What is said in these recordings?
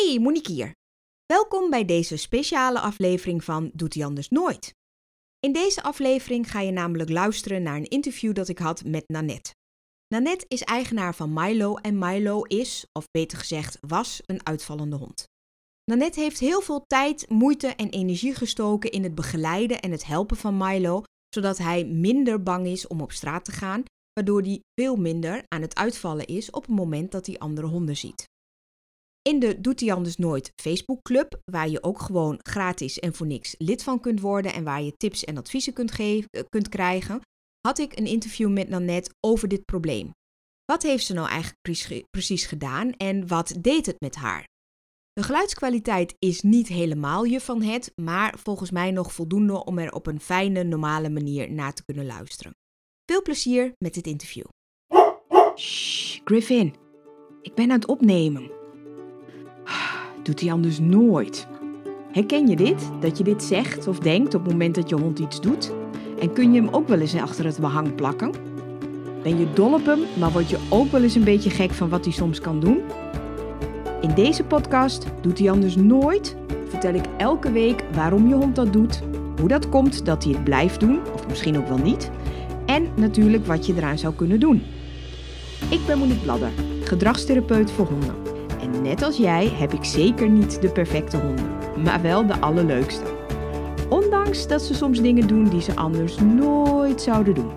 Hey, Monique hier. Welkom bij deze speciale aflevering van Doet hij anders nooit. In deze aflevering ga je namelijk luisteren naar een interview dat ik had met Nanette. Nanette is eigenaar van Milo en Milo is, of beter gezegd was, een uitvallende hond. Nanette heeft heel veel tijd, moeite en energie gestoken in het begeleiden en het helpen van Milo, zodat hij minder bang is om op straat te gaan, waardoor hij veel minder aan het uitvallen is op het moment dat hij andere honden ziet. In de Doet hij anders nooit Facebookclub, waar je ook gewoon gratis en voor niks lid van kunt worden en waar je tips en adviezen kunt krijgen, had ik een interview met Nanette over dit probleem. Wat heeft ze nou eigenlijk precies gedaan en wat deed het met haar? De geluidskwaliteit is niet helemaal je van het, maar volgens mij nog voldoende om er op een fijne, normale manier naar te kunnen luisteren. Veel plezier met dit interview. Shh, Griffin, ik ben aan het opnemen. Doet hij anders nooit. Herken je dit? Dat je dit zegt of denkt op het moment dat je hond iets doet? En kun je hem ook wel eens achter het behang plakken? Ben je dol op hem, maar word je ook wel eens een beetje gek van wat hij soms kan doen? In deze podcast Doet hij anders nooit vertel ik elke week waarom je hond dat doet, hoe dat komt dat hij het blijft doen, of misschien ook wel niet, en natuurlijk wat je eraan zou kunnen doen. Ik ben Monique Bladder, gedragstherapeut voor honden. En net als jij heb ik zeker niet de perfecte honden, maar wel de allerleukste. Ondanks dat ze soms dingen doen die ze anders nooit zouden doen.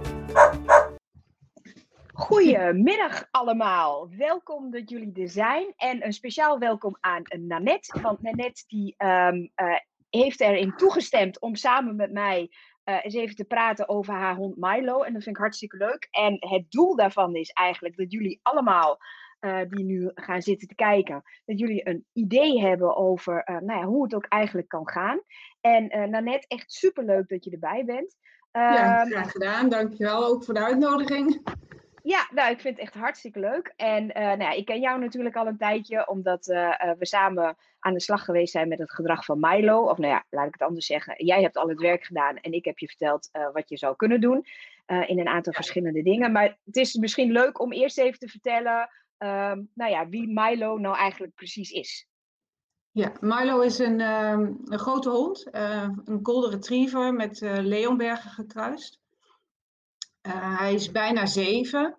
Goedemiddag allemaal, welkom dat jullie er zijn en een speciaal welkom aan Nanette. Want Nanette die heeft erin toegestemd om samen met mij eens even te praten over haar hond Milo. En dat vind ik hartstikke leuk. En het doel daarvan is eigenlijk dat jullie allemaal die nu gaan zitten te kijken, dat jullie een idee hebben over hoe het ook eigenlijk kan gaan. En Nanette, echt superleuk dat je erbij bent. Ja, graag gedaan. Dankjewel ook voor de uitnodiging. Ja, nou, ik vind het echt hartstikke leuk. En ik ken jou natuurlijk al een tijdje, omdat we samen aan de slag geweest zijn met het gedrag van Milo. Of laat ik het anders zeggen. Jij hebt al het werk gedaan en ik heb je verteld wat je zou kunnen doen in een aantal verschillende dingen. Maar het is misschien leuk om eerst even te vertellen wie Milo nou eigenlijk precies is. Ja, Milo is een grote hond. Een golden retriever met Leonberger gekruist. Hij is bijna 7.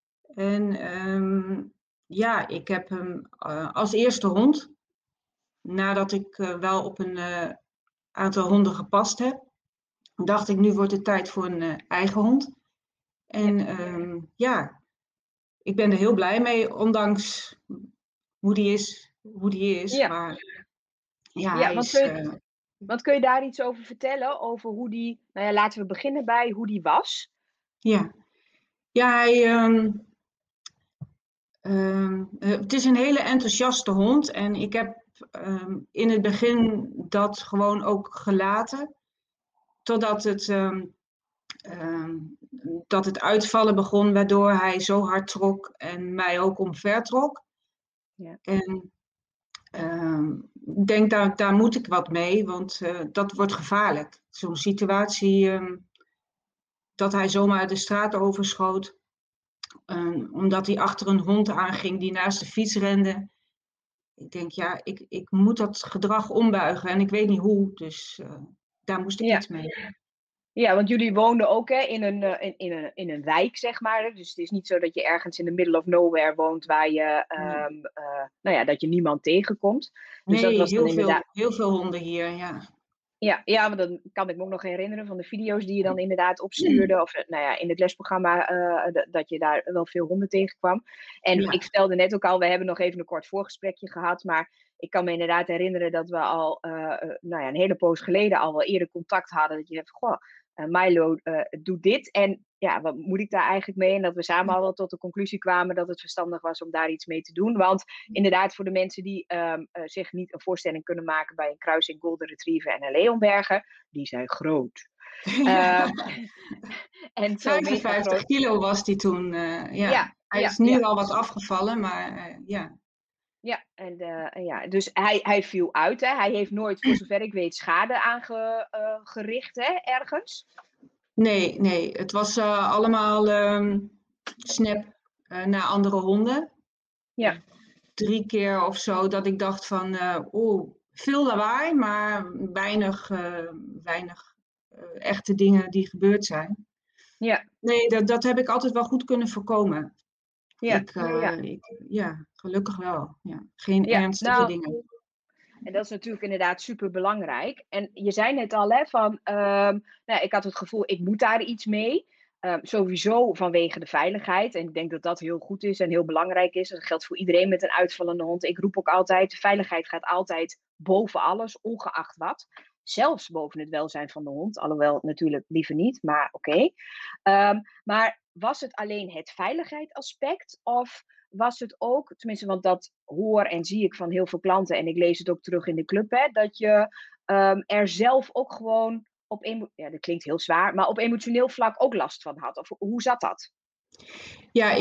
En ik heb hem als eerste hond, nadat ik wel op een aantal honden gepast heb, dacht ik, nu wordt het tijd voor een eigen hond. En ik ben er heel blij mee, ondanks hoe die is. Ja. Maar want kun je daar iets over vertellen? Over hoe die, laten we beginnen bij hoe die was. Ja, het is een hele enthousiaste hond. En ik heb in het begin dat gewoon ook gelaten. Totdat het uitvallen begon, waardoor hij zo hard trok en mij ook omver trok. Ja. En ik denk, daar moet ik wat mee, want dat wordt gevaarlijk. Zo'n situatie dat hij zomaar de straat overschoot, omdat hij achter een hond aanging die naast de fiets rende. Ik denk, ik moet dat gedrag ombuigen en ik weet niet hoe, dus daar moest ik iets mee. Ja, want jullie woonden ook in een wijk, zeg maar. Dus het is niet zo dat je ergens in the middle of nowhere woont waar je, dat je niemand tegenkomt. Dus nee, dat was dan inderdaad heel veel honden hier, ja. Ja, maar dat kan ik me ook nog herinneren van de video's die je dan inderdaad opstuurde. Of in het lesprogramma dat je daar wel veel honden tegenkwam. En ik vertelde net ook al, we hebben nog even een kort voorgesprekje gehad. Maar ik kan me inderdaad herinneren dat we al een hele poos geleden al wel eerder contact hadden. Dat je zegt, goh, Milo doet dit. En ja, wat moet ik daar eigenlijk mee? En dat we samen al wel tot de conclusie kwamen dat het verstandig was om daar iets mee te doen. Want inderdaad, voor de mensen die zich niet een voorstelling kunnen maken bij een kruising Golden Retriever en een Leonberger, die zijn groot. En 55 kilo was die toen. Hij is nu al wat afgevallen, maar ja. Ja, dus hij viel uit. Hè? Hij heeft nooit, voor zover ik weet, schade aangericht ergens. Nee. Het was allemaal snap naar andere honden. Ja. 3 keer of zo dat ik dacht van, veel lawaai, maar weinig echte dingen die gebeurd zijn. Ja, Nee, dat heb ik altijd wel goed kunnen voorkomen. ja, Gelukkig wel. Ja. Geen ja. ernstige Nou, dingen. en dat is natuurlijk inderdaad super belangrijk. En je zei net al, hè, van, nou, ik had het gevoel, ik moet daar iets mee. Sowieso vanwege de veiligheid. En ik denk dat dat heel goed is en heel belangrijk is. Dat geldt voor iedereen met een uitvallende hond. Ik roep ook altijd, de veiligheid gaat altijd boven alles, ongeacht wat. Zelfs boven het welzijn van de hond. Alhoewel natuurlijk liever niet, maar oké. Maar was het alleen het veiligheidsaspect? Of was het ook, tenminste, want dat hoor en zie ik van heel veel klanten, en ik lees het ook terug in de club, hè, dat je er zelf ook gewoon ja, dat klinkt heel zwaar, maar op emotioneel vlak ook last van had? Of hoe zat dat? Ja,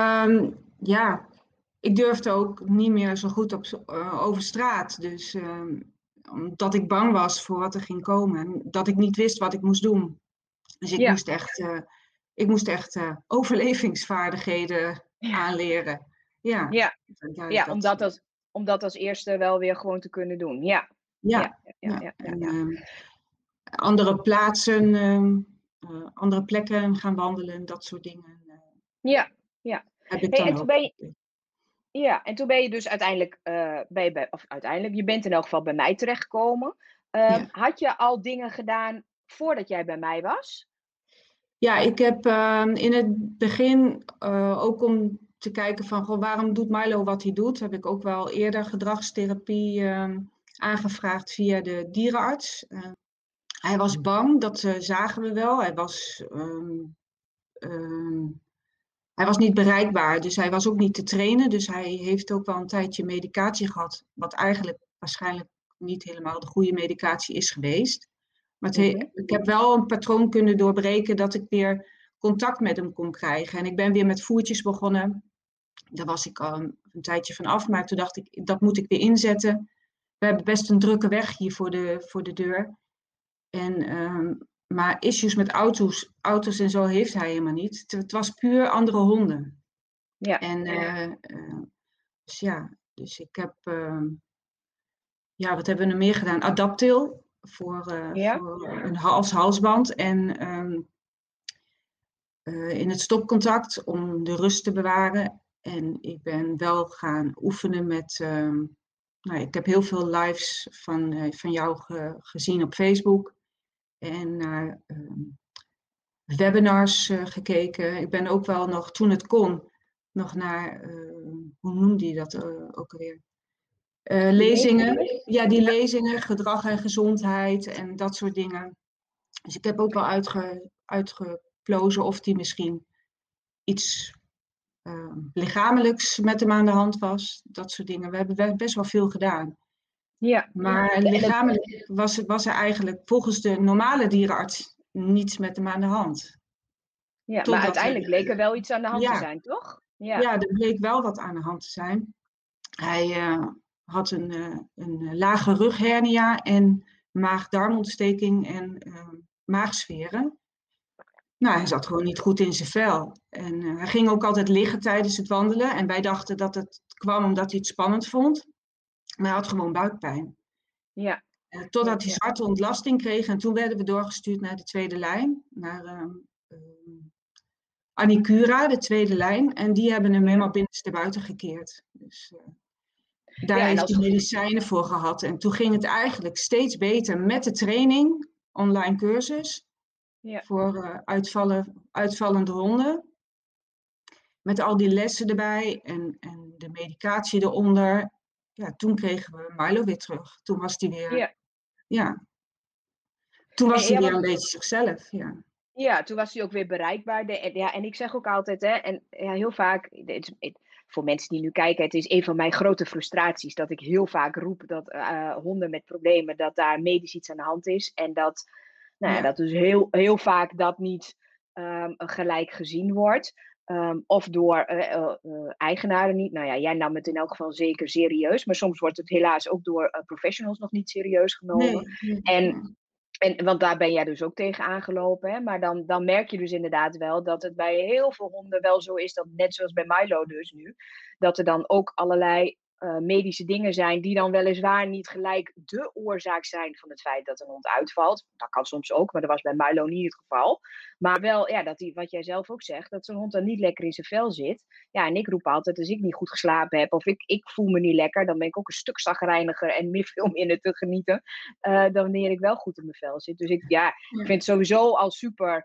ik durfde ook niet meer zo goed over straat. Dus omdat ik bang was voor wat er ging komen. En dat ik niet wist wat ik moest doen. Dus Ja. ik moest echt overlevingsvaardigheden aanleren. Ja, Ja, om dat als eerste wel weer gewoon te kunnen doen. Ja. Andere plaatsen, andere plekken gaan wandelen, dat soort dingen. Ja. Heb ik Hey, dan en ook. en toen ben je dus uiteindelijk, je bent in elk geval bij mij terechtgekomen. Had je al dingen gedaan voordat jij bij mij was? Ja, ik heb in het begin, ook om te kijken van, goh, waarom doet Milo wat hij doet, heb ik ook wel eerder gedragstherapie aangevraagd via de dierenarts. Hij was bang, dat zagen we wel. Hij was niet bereikbaar, dus hij was ook niet te trainen. Dus hij heeft ook wel een tijdje medicatie gehad, wat eigenlijk waarschijnlijk niet helemaal de goede medicatie is geweest. Maar ik heb wel een patroon kunnen doorbreken dat ik weer contact met hem kon krijgen. En ik ben weer met voertjes begonnen. Daar was ik al een tijdje van af, maar toen dacht ik, dat moet ik weer inzetten. We hebben best een drukke weg hier voor de deur. Maar issues met auto's en zo heeft hij helemaal niet. Het was puur andere honden. Ja. En dus ik heb, wat hebben we er meer gedaan? Adaptil voor een halsband en in het stopcontact om de rust te bewaren. En ik ben wel gaan oefenen met, ik heb heel veel lives van jou gezien op Facebook en naar webinars gekeken. Ik ben ook wel nog, toen het kon, nog naar, hoe noemde je dat ook alweer? Lezingen. Ja, die lezingen, gedrag en gezondheid en dat soort dingen. Dus ik heb ook wel uitgeplozen of die misschien iets lichamelijks met hem aan de hand was. Dat soort dingen. We hebben best wel veel gedaan. Ja. Maar lichamelijk was er eigenlijk volgens de normale dierenarts niets met hem aan de hand. Ja, maar uiteindelijk bleek er wel iets aan de hand te zijn, toch? Ja, er bleek wel wat aan de hand te zijn. Hij had een lage rughernia en maag-darmontsteking en maagsferen. Nou, hij zat gewoon niet goed in zijn vel. En hij ging ook altijd liggen tijdens het wandelen. En wij dachten dat het kwam omdat hij het spannend vond. Maar hij had gewoon buikpijn. Ja. Totdat hij zwarte ontlasting kreeg. En toen werden we doorgestuurd naar de tweede lijn. Naar Anicura, de tweede lijn. En die hebben hem helemaal binnenstebuiten gekeerd. Dus daar heeft hij medicijnen voor gehad. En toen ging het eigenlijk steeds beter met de training, online cursus. Voor uitvallende honden. Met al die lessen erbij en de medicatie eronder. Ja, toen kregen we Milo weer terug. Toen was hij weer... Toen was hij weer een beetje zichzelf, Ja, toen was hij ook weer bereikbaar. En ik zeg ook altijd, hè, en heel vaak, voor mensen die nu kijken, het is een van mijn grote frustraties dat ik heel vaak roep dat honden met problemen, dat daar medisch iets aan de hand is. En dat, dat dus heel vaak dat niet gelijk gezien wordt. Of door eigenaren niet. Nou ja, jij nam het in elk geval zeker serieus. Maar soms wordt het helaas ook door professionals nog niet serieus genomen. Want daar ben jij dus ook tegen aangelopen. Hè? Maar dan merk je dus inderdaad wel dat het bij heel veel honden wel zo is. Dat net zoals bij Milo dus nu. Dat er dan ook allerlei medische dingen zijn die dan weliswaar niet gelijk de oorzaak zijn van het feit dat een hond uitvalt. Dat kan soms ook, maar dat was bij Milo niet het geval. Maar wel, ja, dat wat jij zelf ook zegt, dat zo'n hond dan niet lekker in zijn vel zit. Ja, en ik roep altijd, als ik niet goed geslapen heb of ik voel me niet lekker, dan ben ik ook een stuk chagrijniger en veel minder te genieten dan wanneer ik wel goed in mijn vel zit. Dus ik vind het sowieso al super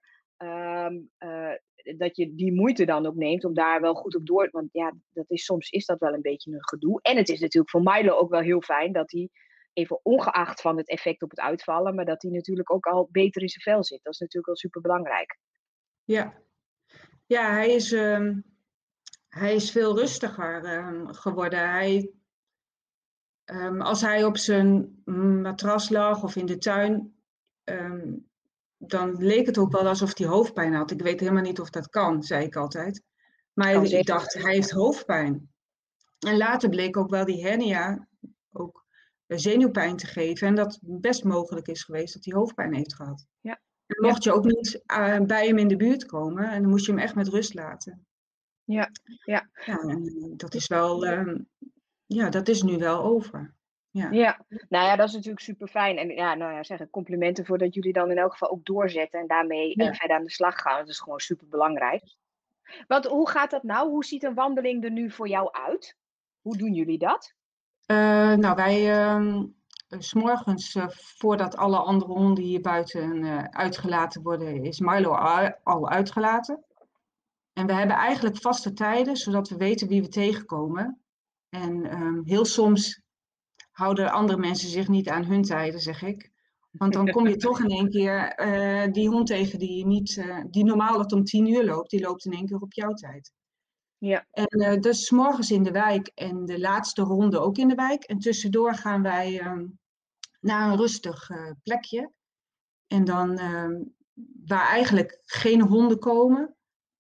dat je die moeite dan ook neemt om daar wel goed op door. Want ja, soms is dat wel een beetje een gedoe. En het is natuurlijk voor Milo ook wel heel fijn dat hij, even ongeacht van het effect op het uitvallen, maar dat hij natuurlijk ook al beter in zijn vel zit. Dat is natuurlijk wel super belangrijk. Ja, ja, hij is veel rustiger geworden. Als hij op zijn matras lag of in de tuin, dan leek het ook wel alsof hij hoofdpijn had. Ik weet helemaal niet of dat kan, zei ik altijd. Maar ik dacht, hij heeft hoofdpijn. En later bleek ook wel die hernia ook zenuwpijn te geven. En dat het best mogelijk is geweest dat hij hoofdpijn heeft gehad. Ja. En mocht je ook niet bij hem in de buurt komen. En dan moest je hem echt met rust laten. Ja. En dat is wel, dat is nu wel over. Ja, nou ja, dat is natuurlijk super fijn. En ja, nou ja, zeg het, complimenten voor dat jullie dan in elk geval ook doorzetten en daarmee verder aan de slag gaan. Dat is gewoon super belangrijk. Want hoe gaat dat nou? Hoe ziet een wandeling er nu voor jou uit? Hoe doen jullie dat? Wij 's morgens voordat alle andere honden hier buiten uitgelaten worden, is Milo al uitgelaten. En we hebben eigenlijk vaste tijden, zodat we weten wie we tegenkomen. En heel soms houden andere mensen zich niet aan hun tijden, zeg ik. Want dan kom je toch in één keer die hond tegen die normaal het om 10 uur loopt, die loopt in één keer op jouw tijd. Ja. En dus 's morgens in de wijk en de laatste ronde ook in de wijk. En tussendoor gaan wij naar een rustig plekje. En dan waar eigenlijk geen honden komen.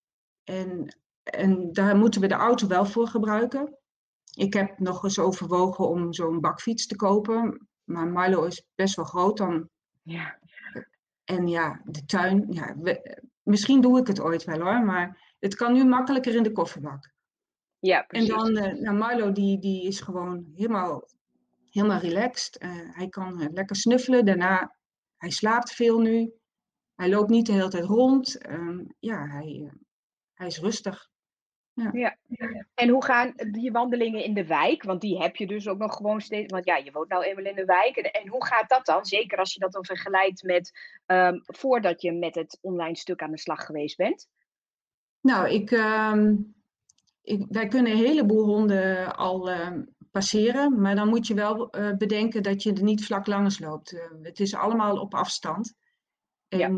En daar moeten we de auto wel voor gebruiken. Ik heb nog eens overwogen om zo'n bakfiets te kopen. Maar Milo is best wel groot dan. Ja. En ja, de tuin. Ja, misschien doe ik het ooit wel hoor. Maar het kan nu makkelijker in de kofferbak. Ja, precies. En dan Milo die is gewoon helemaal relaxed. Hij kan lekker snuffelen. Daarna, hij slaapt veel nu. Hij loopt niet de hele tijd rond. Hij is rustig. Ja. En hoe gaan die wandelingen in de wijk? Want die heb je dus ook nog gewoon steeds. Want ja, je woont nou eenmaal in de wijk. En hoe gaat dat dan? Zeker als je dat dan vergelijkt met voordat je met het online stuk aan de slag geweest bent. Nou, wij kunnen een heleboel honden al passeren. Maar dan moet je wel bedenken dat je er niet vlak langs loopt. Het is allemaal op afstand. En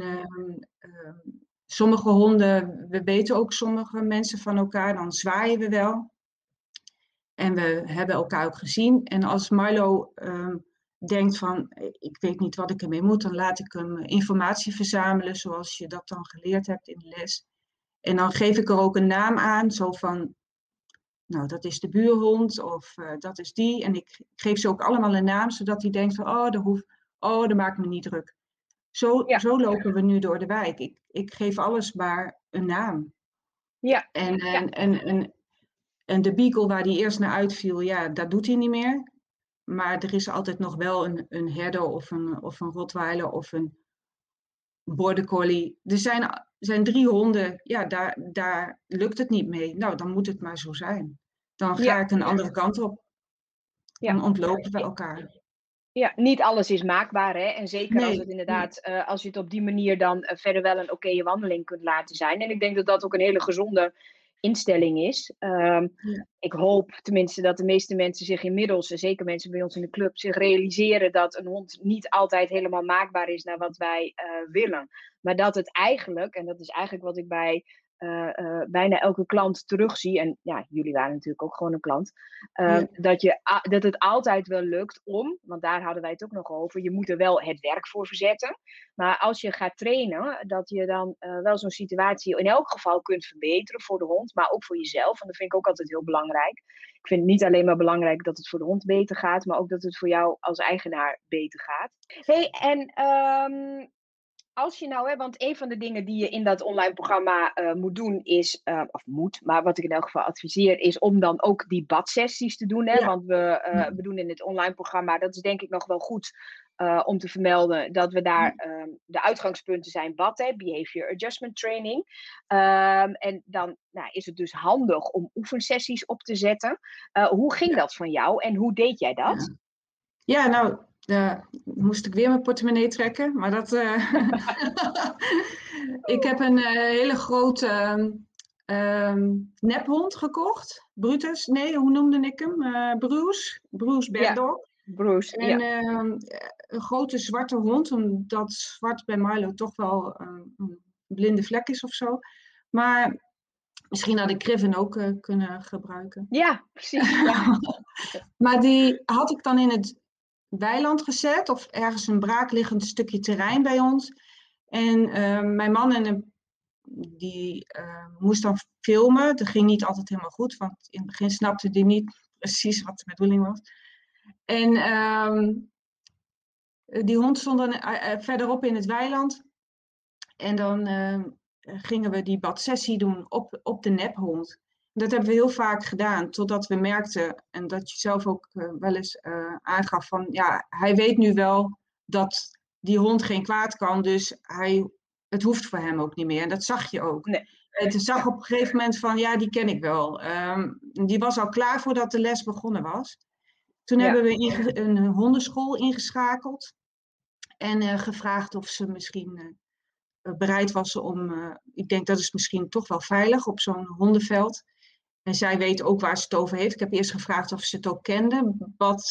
sommige honden, we weten ook sommige mensen van elkaar, dan zwaaien we wel. En we hebben elkaar ook gezien. En als Milo denkt van, ik weet niet wat ik ermee moet, dan laat ik hem informatie verzamelen, zoals je dat dan geleerd hebt in de les. En dan geef ik er ook een naam aan, zo van, nou, dat is de buurhond of dat is die. En ik geef ze ook allemaal een naam, zodat hij denkt van, dat maakt me niet druk. Zo lopen we nu door de wijk. Ik geef alles maar een naam. Ja. En de beagle waar die eerst naar uitviel, ja, dat doet hij niet meer. Maar er is altijd nog wel een herder of een rottweiler of een border collie. Er zijn 3 honden, ja, daar lukt het niet mee. Nou, dan moet het maar zo zijn. Dan ga ik een andere kant op. Dan ontlopen we elkaar. Ja, niet alles is maakbaar, hè? En zeker als het Nee. inderdaad, als je het op die manier dan verder wel een oké wandeling kunt laten zijn. En ik denk dat dat ook een hele gezonde instelling is. Ik hoop tenminste dat de meeste mensen zich inmiddels, zeker mensen bij ons in de club, zich realiseren dat een hond niet altijd helemaal maakbaar is naar wat wij willen. Maar dat het eigenlijk, en dat is eigenlijk wat ik bij bijna elke klant terugzie, en ja, jullie waren natuurlijk ook gewoon een klant, dat het altijd wel lukt om, want daar hadden wij het ook nog over, je moet er wel het werk voor verzetten. Maar als je gaat trainen, dat je dan wel zo'n situatie in elk geval kunt verbeteren voor de hond, maar ook voor jezelf. En dat vind ik ook altijd heel belangrijk. Ik vind het niet alleen maar belangrijk dat het voor de hond beter gaat, maar ook dat het voor jou als eigenaar beter gaat. Hey, en als je nou, hè, want een van de dingen die je in dat online programma moet doen is, maar wat ik in elk geval adviseer, is om dan ook die badsessies te doen. Hè? Ja. Want we doen in het online programma, dat is denk ik nog wel goed om te vermelden, dat we daar de uitgangspunten zijn bad, hè, behavior adjustment training. En dan is het dus handig om oefensessies op te zetten. Hoe ging dat van jou en hoe deed jij dat? Ja, nou, moest ik weer mijn portemonnee trekken. Maar dat. Ik heb een hele grote nephond gekocht. Brutus, nee, hoe noemde ik hem? Bruce Ja, Beardog. Bruce, En ja. een grote zwarte hond, omdat zwart bij Milo toch wel een blinde vlek is of zo. Maar misschien had ik Griffin ook kunnen gebruiken. Ja, precies. Ja. Maar die had ik dan in het weiland gezet of ergens een braakliggend stukje terrein bij ons. En mijn man die moest dan filmen. Dat ging niet altijd helemaal goed, want in het begin snapte hij niet precies wat de bedoeling was. En die hond stond dan verderop in het weiland. En dan gingen we die badsessie doen op de nephond. Dat hebben we heel vaak gedaan, totdat we merkten, en dat je zelf ook wel eens aangaf van, ja, hij weet nu wel dat die hond geen kwaad kan, dus het hoeft voor hem ook niet meer. En dat zag je ook. Nee. Het zag op een gegeven moment van, ja, die ken ik wel. Die was al klaar voordat de les begonnen was. Toen hebben we een hondenschool ingeschakeld en gevraagd of ze misschien bereid was om, ik denk dat is misschien toch wel veilig op zo'n hondenveld. En zij weet ook waar ze het over heeft. Ik heb eerst gevraagd of ze het ook kende, BAD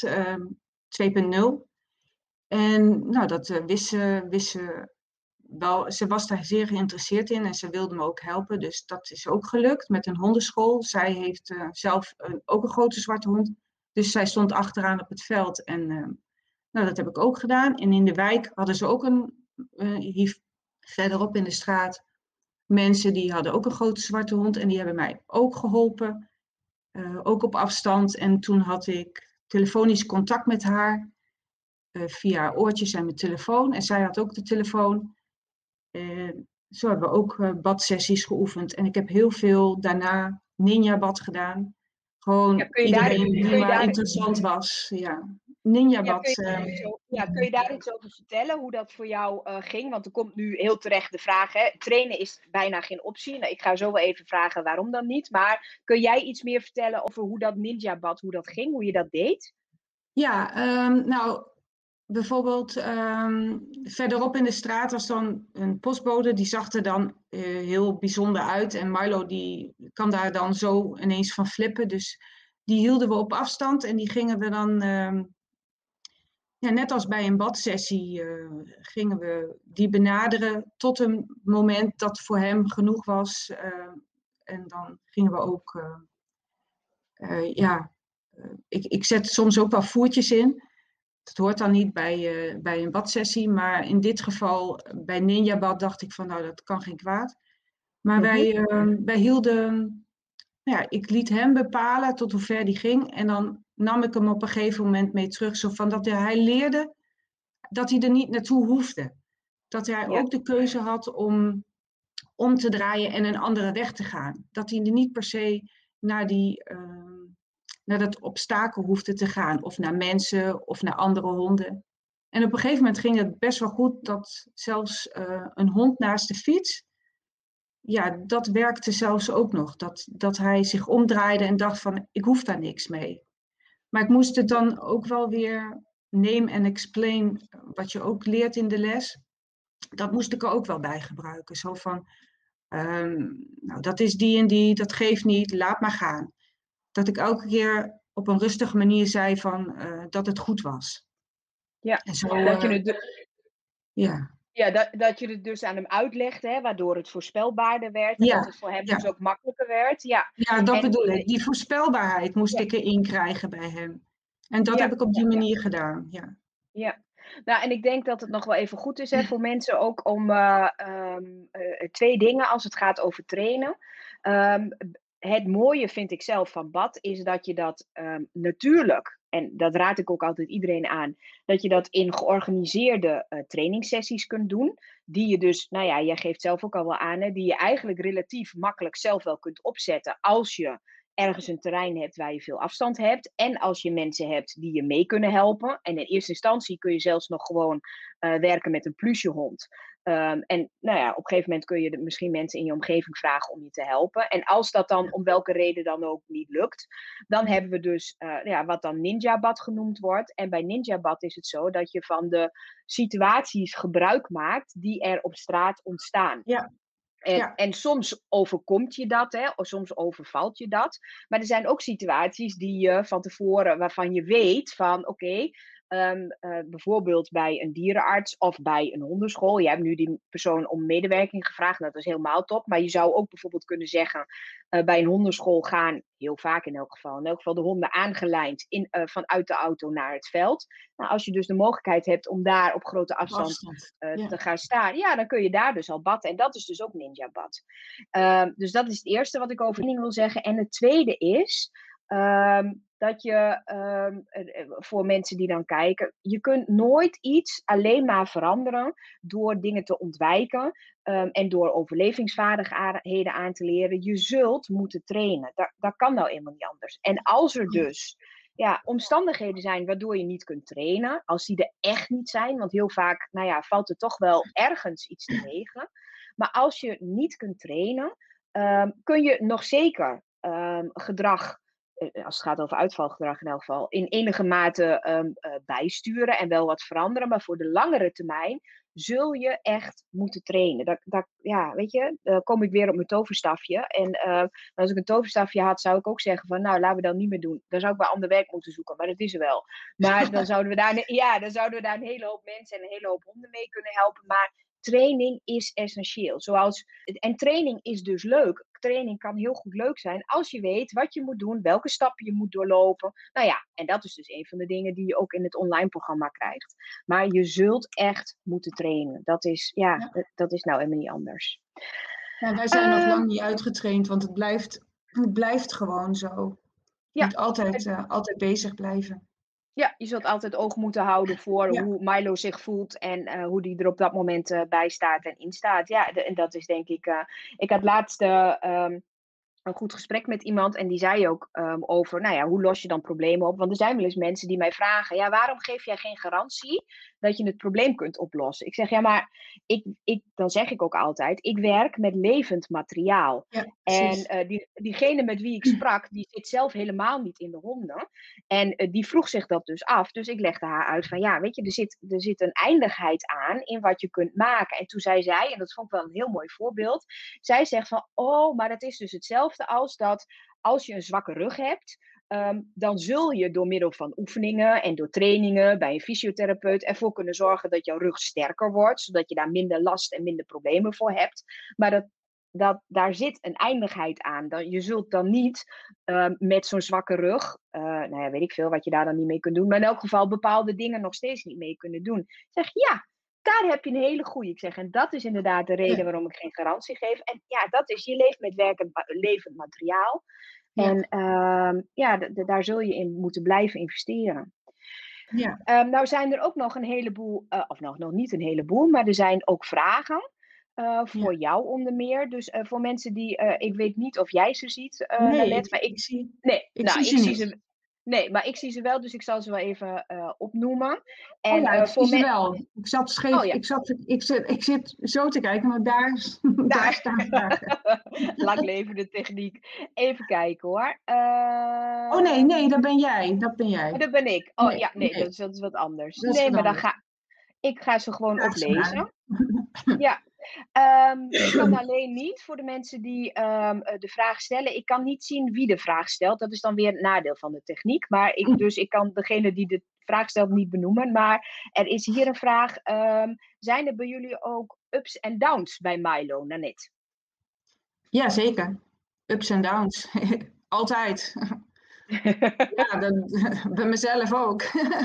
2.0. En nou, dat wist ze wel. Ze was daar zeer geïnteresseerd in en ze wilde me ook helpen. Dus dat is ook gelukt met een hondenschool. Zij heeft zelf ook een grote zwarte hond. Dus zij stond achteraan op het veld. En nou, dat heb ik ook gedaan. En in de wijk hadden ze ook hier verderop in de straat mensen die hadden ook een grote zwarte hond. En die hebben mij ook geholpen. Ook op afstand. En toen had ik telefonisch contact met haar. Via oortjes en mijn telefoon. En zij had ook de telefoon. Zo hebben we ook badsessies geoefend. En ik heb heel veel daarna ninja-bad gedaan. Gewoon iedereen die maar interessant was. Ja. Ninja-bad. Kun je daar iets over vertellen, hoe dat voor jou ging? Want er komt nu heel terecht de vraag, hè, trainen is bijna geen optie. Nou, ik ga zo wel even vragen waarom dan niet. Maar kun jij iets meer vertellen over hoe dat ninja-bad, hoe dat ging, hoe je dat deed? Ja, nou, bijvoorbeeld verderop in de straat was dan een postbode, die zag er dan heel bijzonder uit. En Milo die kan daar dan zo ineens van flippen. Dus die hielden we op afstand en die gingen we dan, ja, net als bij een badsessie, gingen we die benaderen tot een moment dat voor hem genoeg was. En dan gingen we ook, ja, ik zet soms ook wel voertjes in. Dat hoort dan niet bij een badsessie, maar in dit geval bij Ninja Bad dacht ik van nou, dat kan geen kwaad. Maar wij hielden, nou ja, ik liet hem bepalen tot hoe ver die ging en dan nam ik hem op een gegeven moment mee terug, zo van dat hij leerde dat hij er niet naartoe hoefde. Dat hij ook de keuze had om te draaien en een andere weg te gaan. Dat hij er niet per se naar dat obstakel hoefde te gaan. Of naar mensen of naar andere honden. En op een gegeven moment ging het best wel goed dat zelfs een hond naast de fiets, ja, dat werkte zelfs ook nog. Dat hij zich omdraaide en dacht van, ik hoef daar niks mee. Maar ik moest het dan ook wel weer name and explain, wat je ook leert in de les. Dat moest ik er ook wel bij gebruiken. Zo van, nou, dat is die en die, dat geeft niet, laat maar gaan. Dat ik elke keer op een rustige manier zei van, dat het goed was. Ja, en zo, dat je het ja. Ja, dat je het dus aan hem uitlegde, hè, waardoor het voorspelbaarder werd en dat het voor hem dus ook makkelijker werd. Ja, dat bedoel ik. Die voorspelbaarheid moest ik erin krijgen bij hem. En dat heb ik op die manier gedaan. Ja, nou en ik denk dat het nog wel even goed is, hè, voor mensen ook om twee dingen als het gaat over trainen. het mooie vind ik zelf van bad is dat je dat natuurlijk, en dat raad ik ook altijd iedereen aan, dat je dat in georganiseerde trainingssessies kunt doen. Die je dus, nou ja, jij geeft zelf ook al wel aan, hè, die je eigenlijk relatief makkelijk zelf wel kunt opzetten als je ergens een terrein hebt waar je veel afstand hebt. En als je mensen hebt die je mee kunnen helpen. En in eerste instantie kun je zelfs nog gewoon werken met een plushehond. En nou ja, op een gegeven moment kun je misschien mensen in je omgeving vragen om je te helpen. En als dat dan om welke reden dan ook niet lukt, dan hebben we dus wat dan Ninja Bad genoemd wordt. En bij Ninja Bad is het zo dat je van de situaties gebruik maakt die er op straat ontstaan. Ja. En soms overkomt je dat, hè, of soms overvalt je dat. Maar er zijn ook situaties die je van tevoren, waarvan je weet van oké, bijvoorbeeld bij een dierenarts of bij een hondenschool. Je hebt nu die persoon om medewerking gevraagd, dat is helemaal top. Maar je zou ook bijvoorbeeld kunnen zeggen, bij een hondenschool gaan, heel vaak in elk geval de honden aangelijnd vanuit de auto naar het veld. Nou, als je dus de mogelijkheid hebt om daar op grote afstand te gaan staan, ja, dan kun je daar dus al badden. En dat is dus ook Ninja Bad. Dus dat is het eerste wat ik over training wil zeggen. En het tweede is dat je, voor mensen die dan kijken, je kunt nooit iets alleen maar veranderen door dingen te ontwijken en door overlevingsvaardigheden aan te leren. Je zult moeten trainen. Dat kan nou eenmaal niet anders. En als er dus omstandigheden zijn waardoor je niet kunt trainen, als die er echt niet zijn, want heel vaak valt er toch wel ergens iets te regelen. Maar als je niet kunt trainen, kun je nog zeker gedrag, als het gaat over uitvalgedrag in elk geval, in enige mate bijsturen en wel wat veranderen. Maar voor de langere termijn zul je echt moeten trainen. Weet je, dan kom ik weer op mijn toverstafje. En als ik een toverstafje had, zou ik ook zeggen van, nou, laten we dat niet meer doen. Dan zou ik bij ander werk moeten zoeken, maar dat is er wel. Maar dan zouden we daar een hele hoop mensen en een hele hoop honden mee kunnen helpen. Maar training is essentieel. En training is dus leuk. Training kan heel goed leuk zijn als je weet wat je moet doen, welke stappen je moet doorlopen. Nou ja, en dat is dus een van de dingen die je ook in het online programma krijgt. Maar je zult echt moeten trainen. Dat is nou helemaal niet anders. Ja, wij zijn nog lang niet uitgetraind, want het blijft gewoon zo. Je moet altijd bezig blijven. Ja, je zult altijd oog moeten houden voor hoe Milo zich voelt en hoe die er op dat moment bij staat en in staat. Ja, en dat is denk ik. Ik had laatst een goed gesprek met iemand en die zei ook over, hoe los je dan problemen op? Want er zijn wel eens mensen die mij vragen, waarom geef jij geen garantie dat je het probleem kunt oplossen? Ik zeg, maar dan zeg ik ook altijd, ik werk met levend materiaal. Ja, en diegene met wie ik sprak, die zit zelf helemaal niet in de honden. En die vroeg zich dat dus af. Dus ik legde haar uit van, weet je, er zit een eindigheid aan in wat je kunt maken. En toen zei zij, en dat vond ik wel een heel mooi voorbeeld, zij zegt van, maar dat is dus hetzelfde als dat als je een zwakke rug hebt, dan zul je door middel van oefeningen en door trainingen bij een fysiotherapeut ervoor kunnen zorgen dat jouw rug sterker wordt, zodat je daar minder last en minder problemen voor hebt. Maar daar zit een eindigheid aan. Je zult dan niet met zo'n zwakke rug, weet ik veel wat je daar dan niet mee kunt doen, maar in elk geval bepaalde dingen nog steeds niet mee kunnen doen. Ik zeg, daar heb je een hele goeie. Ik zeg, en dat is inderdaad de reden waarom ik geen garantie geef. En dat is, je leeft met levend materiaal. Ja. En daar zul je in moeten blijven investeren. Ja. Nou zijn er ook nog een heleboel, of nog niet een heleboel, maar er zijn ook vragen voor jou onder meer. Dus voor mensen die, ik weet niet of jij ze ziet, Nanette, maar ik zie ze. Nee, maar ik zie ze wel, dus ik zal ze wel even opnoemen. En, ik zie ze wel. Ik zat scheef. Ik zit zo te kijken, maar daar staan vragen. Lang leven de techniek. Even kijken hoor. Nee, dat ben jij. Dat ben jij. Dat ben ik. Nee. Dat is wat anders. Maar ik ga ze gewoon oplezen. Ja. Ik kan alleen niet voor de mensen die de vraag stellen. Ik kan niet zien wie de vraag stelt. Dat is dan weer een nadeel van de techniek. Maar ik kan degene die de vraag stelt niet benoemen. Maar er is hier een vraag. Zijn er bij jullie ook ups en downs bij Milo, Nanette? Ja, zeker. Ups en downs. Altijd. Bij mezelf ook.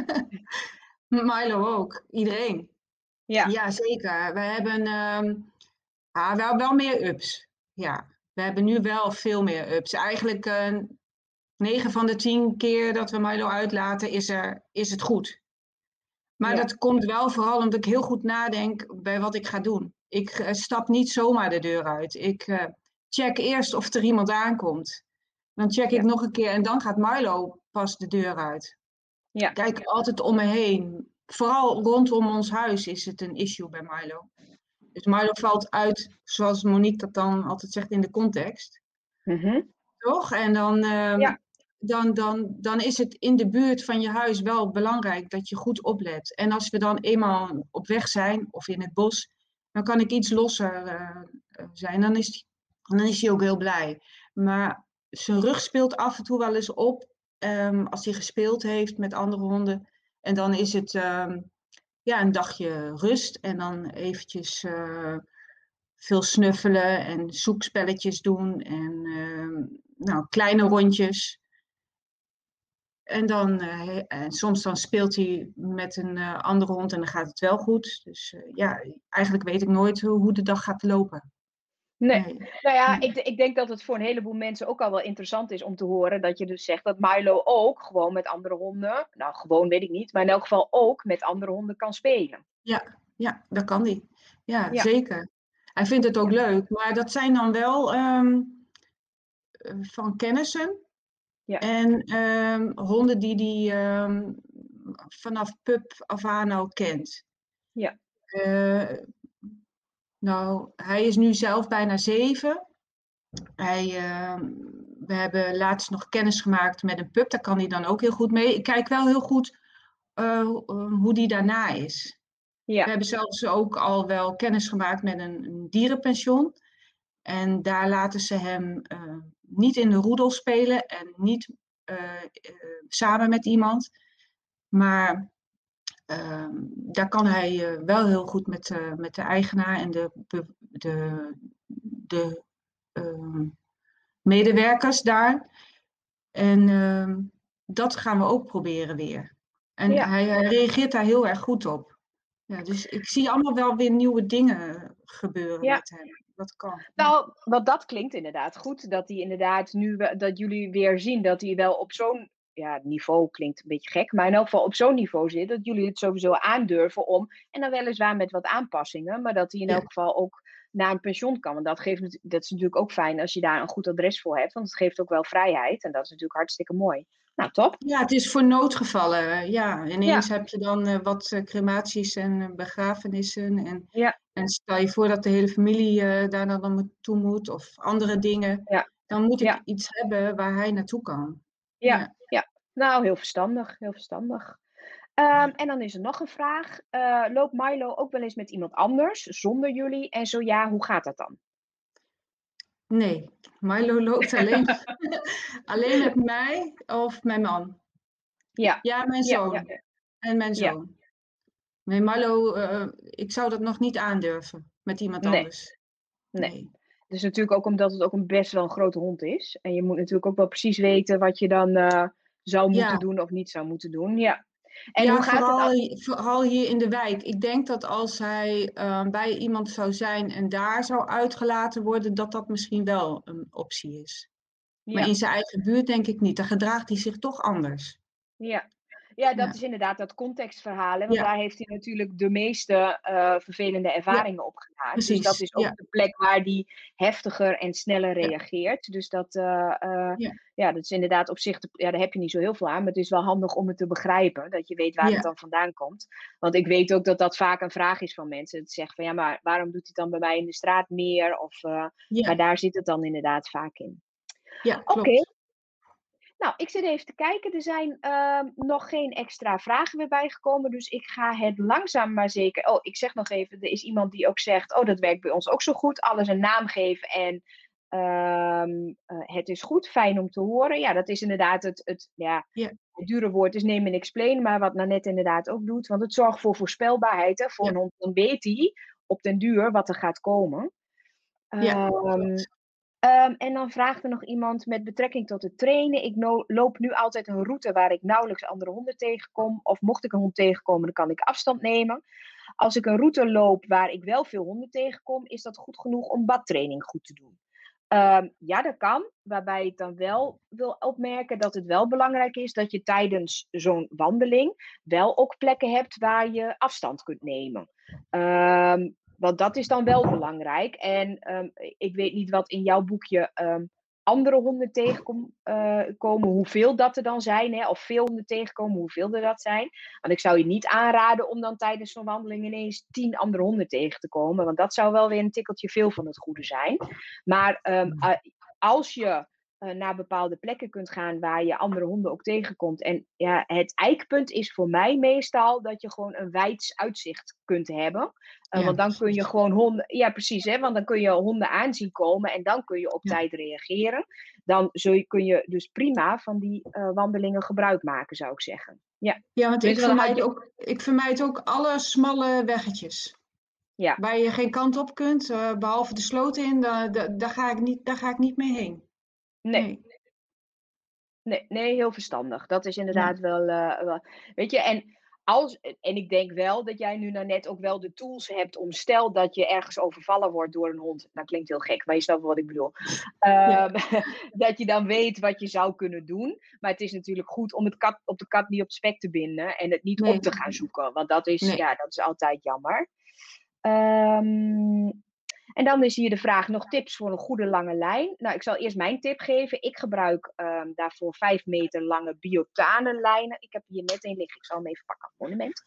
Milo ook. Iedereen. Ja, zeker. We hebben wel meer ups. Ja, we we hebben nu wel veel meer ups. Eigenlijk 9 van de 10 keer dat we Milo uitlaten, is het goed. Maar Ja. dat komt wel vooral omdat ik heel goed nadenk bij wat ik ga doen. Ik stap niet zomaar de deur uit. Ik check eerst of er iemand aankomt. Dan check ik Ja. nog een keer en dan gaat Milo pas de deur uit. Ja. Ik kijk altijd om me heen. Vooral rondom ons huis is het een issue bij Milo. Dus Milo valt uit, zoals Monique dat dan altijd zegt, in de context. Mhm. Toch? En Ja. dan is het in de buurt van je huis wel belangrijk dat je goed oplet. En als we dan eenmaal op weg zijn of in het bos, dan kan ik iets losser zijn. Dan is hij ook heel blij. Maar zijn rug speelt af en toe wel eens op als hij gespeeld heeft met andere honden. En dan is het een dagje rust en dan eventjes veel snuffelen en zoekspelletjes doen en kleine rondjes. En dan soms dan speelt hij met een andere hond en dan gaat het wel goed. Dus eigenlijk weet ik nooit hoe de dag gaat lopen. Nee. Nee. Nou ja, ik denk dat het voor een heleboel mensen ook al wel interessant is om te horen dat je dus zegt dat Milo ook gewoon met andere honden, nou gewoon weet ik niet, maar in elk geval ook met andere honden kan spelen. Ja, dat kan hij. Ja, Ja. zeker. Hij vindt het ook leuk, maar dat zijn dan wel van kennissen. Ja. En honden die vanaf pup af aan al kent. Ja. Nou, hij is nu zelf bijna 7. We hebben laatst nog kennis gemaakt met een pup. Daar kan hij dan ook heel goed mee. Ik kijk wel heel goed hoe die daarna is. Ja. We hebben zelfs ook al wel kennis gemaakt met een dierenpension. En daar laten ze hem niet in de roedel spelen en niet samen met iemand. Maar daar kan hij wel heel goed met de eigenaar en de medewerkers daar. En dat gaan we ook proberen weer. En Ja. hij reageert daar heel erg goed op. Ja, dus ik zie allemaal wel weer nieuwe dingen gebeuren Ja. met hem. Dat kan. Nou, want dat klinkt inderdaad goed. Dat hij inderdaad nu, dat jullie weer zien dat hij wel op zo'n niveau klinkt een beetje gek, maar in elk geval op zo'n niveau zit, dat jullie het sowieso aandurven om, en dan weliswaar met wat aanpassingen, maar dat hij in elk geval ook naar een pension kan. Want dat is natuurlijk ook fijn als je daar een goed adres voor hebt, want het geeft ook wel vrijheid en dat is natuurlijk hartstikke mooi. Nou, top. Ja, het is voor noodgevallen. Ja, ineens Ja. heb je dan wat crematies en begrafenissen. Ja. En stel je voor dat de hele familie daar dan naartoe moet of andere dingen. Ja. Dan moet ik Ja. iets hebben waar hij naartoe kan. Ja. Nou, heel verstandig, heel verstandig. En dan is er nog een vraag. Loopt Milo ook wel eens met iemand anders, zonder jullie? En zo ja, hoe gaat dat dan? Nee, Milo loopt alleen met mij of mijn man. Ja. Ja, mijn zoon. Ja. En mijn Ja. zoon. Nee, Milo, ik zou dat nog niet aandurven met iemand Nee. anders. Nee. Dus natuurlijk ook omdat het ook best wel een grote hond is. En je moet natuurlijk ook wel precies weten wat je dan zou moeten doen of niet zou moeten doen. Ja. En hoe gaat het? Vooral hier in de wijk. Ik denk dat als hij bij iemand zou zijn en daar zou uitgelaten worden, dat dat misschien wel een optie is. Maar in zijn eigen buurt denk ik niet. Dan gedraagt hij zich toch anders. Ja, dat is inderdaad dat contextverhaal. Hè? Want daar heeft hij natuurlijk de meeste vervelende ervaringen op gedaan. Precies. Dus dat is ook de plek waar hij heftiger en sneller reageert. Dus dat is inderdaad op zich, daar heb je niet zo heel veel aan. Maar het is wel handig om het te begrijpen. Dat je weet waar het dan vandaan komt. Want ik weet ook dat dat vaak een vraag is van mensen. Dat zeggen van ja, maar waarom doet hij dan bij mij in de straat meer? Maar daar zit het dan inderdaad vaak in. Ja, klopt. Oké. Nou, ik zit even te kijken. Er zijn nog geen extra vragen weer bijgekomen. Dus ik ga het langzaam maar zeker. Oh, ik zeg nog even. Er is iemand die ook zegt. Oh, dat werkt bij ons ook zo goed. Alles een naam geven. En het is goed. Fijn om te horen. Ja, dat is inderdaad het dure woord is name and explain. Maar wat Nanette inderdaad ook doet. Want het zorgt voor voorspelbaarheid. Hè, voor een hond. Dan weet hij op den duur wat er gaat komen. En dan vraagt er nog iemand met betrekking tot het trainen. Ik loop nu altijd een route waar ik nauwelijks andere honden tegenkom. Of mocht ik een hond tegenkomen, dan kan ik afstand nemen. Als ik een route loop waar ik wel veel honden tegenkom, is dat goed genoeg om badtraining goed te doen. Ja, dat kan. Waarbij ik dan wel wil opmerken dat het wel belangrijk is dat je tijdens zo'n wandeling wel ook plekken hebt waar je afstand kunt nemen. Want dat is dan wel belangrijk. En ik weet niet wat in jouw boekje andere honden tegenkomen, hoeveel dat er dan zijn. Hè? Of veel honden tegenkomen, hoeveel er dat zijn. Want ik zou je niet aanraden om dan tijdens zo'n wandeling ineens 10 andere honden tegen te komen. Want dat zou wel weer een tikkeltje veel van het goede zijn. Maar als je naar bepaalde plekken kunt gaan waar je andere honden ook tegenkomt. En ja, het eikpunt is voor mij meestal dat je gewoon een wijds uitzicht kunt hebben. Want dan kun je gewoon honden... Ja, precies. Hè? Want dan kun je honden aanzien komen en dan kun je op tijd reageren. Dan kun je dus prima van die wandelingen gebruik maken, zou ik zeggen. Ja, want ik vermijd ook alle smalle weggetjes. Ja. Waar je geen kant op kunt, behalve de sloot in, daar ga ik niet mee heen. Nee, heel verstandig. Dat is inderdaad wel... Weet je, en ik denk wel dat jij nu net ook wel de tools hebt om, stel dat je ergens overvallen wordt door een hond. Dat klinkt heel gek, maar je snapt wat ik bedoel. Dat je dan weet wat je zou kunnen doen. Maar het is natuurlijk goed om op de kat niet op het spek te binden en het niet op te gaan zoeken. Want dat is altijd jammer. En dan is hier de vraag, nog tips voor een goede lange lijn. Nou, ik zal eerst mijn tip geven. Ik gebruik daarvoor 5 meter lange biotane lijnen. Ik heb hier net een liggen. Ik zal hem even pakken. Monument.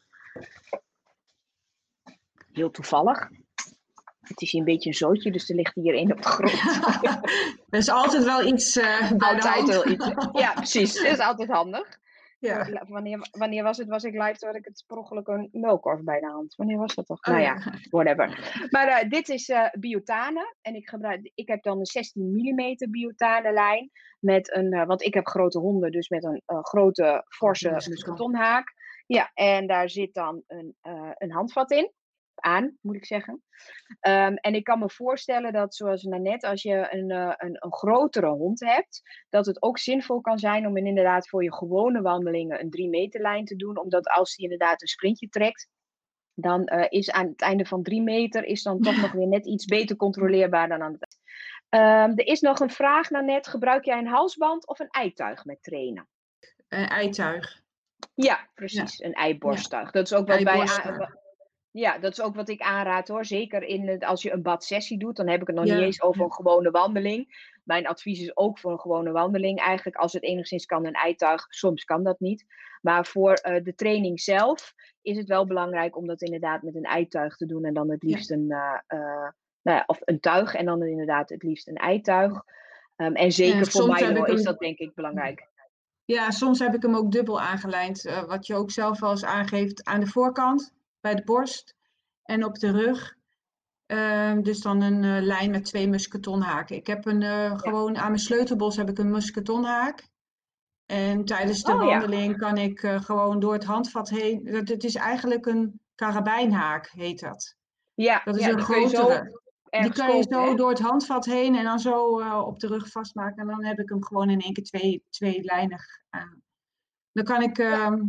Heel toevallig. Het is hier een beetje een zootje, dus er ligt hier één op de grond. Er is altijd wel iets bij de hand. Wel iets. Ja, precies. Dat is altijd handig. Ja. Wanneer was het? Was ik live, toen had ik het per ongeluk een melkkorf bij de hand. Wanneer was dat toch? Nou ja, whatever. Maar dit is biotane. En ik heb dan een 16 mm biotane lijn. Want ik heb grote honden, dus met een grote, forse musketonhaak. Ja, en daar zit dan een handvat in. Aan, moet ik zeggen. En ik kan me voorstellen dat, zoals net, als je een grotere hond hebt, dat het ook zinvol kan zijn om inderdaad voor je gewone wandelingen een 3 meter lijn te doen. Omdat als hij inderdaad een sprintje trekt, dan is aan het einde van 3 meter is dan toch nog weer net iets beter controleerbaar dan aan het einde. Er is nog een vraag naar net. Gebruik jij een halsband of een eituig met trainen? Een eituig. Ja, precies. Ja. Een eiborsttuig. Dat is ook wat dat is ook wat ik aanraad hoor. Zeker als je een badsessie doet, dan heb ik het nog niet eens over een gewone wandeling. Mijn advies is ook voor een gewone wandeling eigenlijk, als het enigszins kan, een eituig. Soms kan dat niet. Maar voor de training zelf is het wel belangrijk om dat inderdaad met een eituig te doen. En dan het liefst of een tuig en dan inderdaad het liefst een eituig. En zeker voor Milo is dat denk ik belangrijk. Ja, soms heb ik hem ook dubbel aangelijnd. Wat je ook zelf wel eens aangeeft aan de voorkant. Bij de borst en op de rug. Dus dan een lijn met 2 musketonhaken. Ik heb gewoon aan mijn sleutelbos heb ik een musketonhaak. En tijdens de wandeling kan ik gewoon door het handvat heen. Het is eigenlijk een karabijnhaak, heet dat. Ja, dat is een grotere. Die kan je zo door het handvat heen en dan zo op de rug vastmaken. En dan heb ik hem gewoon in één keer tweelijnig aan. Dan kan ik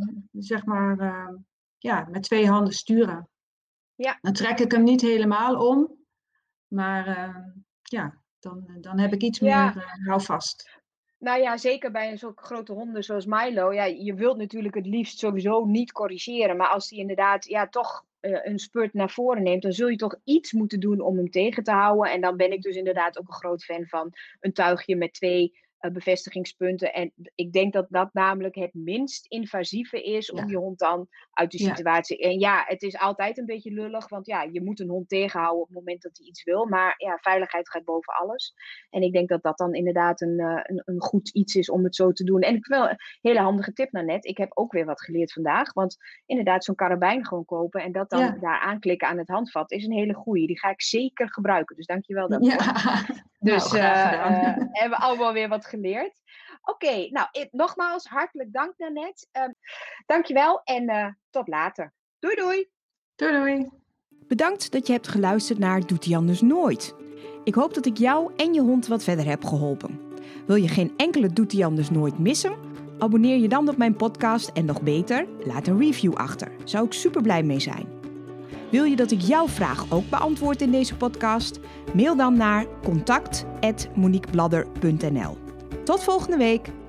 met 2 handen sturen. Ja. Dan trek ik hem niet helemaal om. Maar dan heb ik iets meer houvast. Nou ja, zeker bij een zulke grote honden zoals Milo. Ja, je wilt natuurlijk het liefst sowieso niet corrigeren. Maar als die inderdaad toch een spurt naar voren neemt, dan zul je toch iets moeten doen om hem tegen te houden. En dan ben ik dus inderdaad ook een groot fan van een tuigje met 2 bevestigingspunten. En ik denk dat dat namelijk het minst invasieve is om je hond dan uit die situatie. En ja, het is altijd een beetje lullig, want je moet een hond tegenhouden op het moment dat hij iets wil. Maar veiligheid gaat boven alles. En ik denk dat dat dan inderdaad een goed iets is om het zo te doen. En ik wil een hele handige tip naar net. Ik heb ook weer wat geleerd vandaag. Want inderdaad, zo'n karabijn gewoon kopen en dat dan daar aanklikken aan het handvat is een hele goeie. Die ga ik zeker gebruiken. Dus dankjewel daarvoor. Ja. Dus hebben we allemaal weer wat geleerd. Oké, nou nogmaals hartelijk dank Nanette. Dankjewel en tot later. Doei doei. Doei doei. Bedankt dat je hebt geluisterd naar Doet hij anders nooit. Ik hoop dat ik jou en je hond wat verder heb geholpen. Wil je geen enkele Doet hij anders nooit missen? Abonneer je dan op mijn podcast en nog beter, laat een review achter. Zou ik super blij mee zijn. Wil je dat ik jouw vraag ook beantwoord in deze podcast? Mail dan naar contact@moniquebladder.nl. Tot volgende week!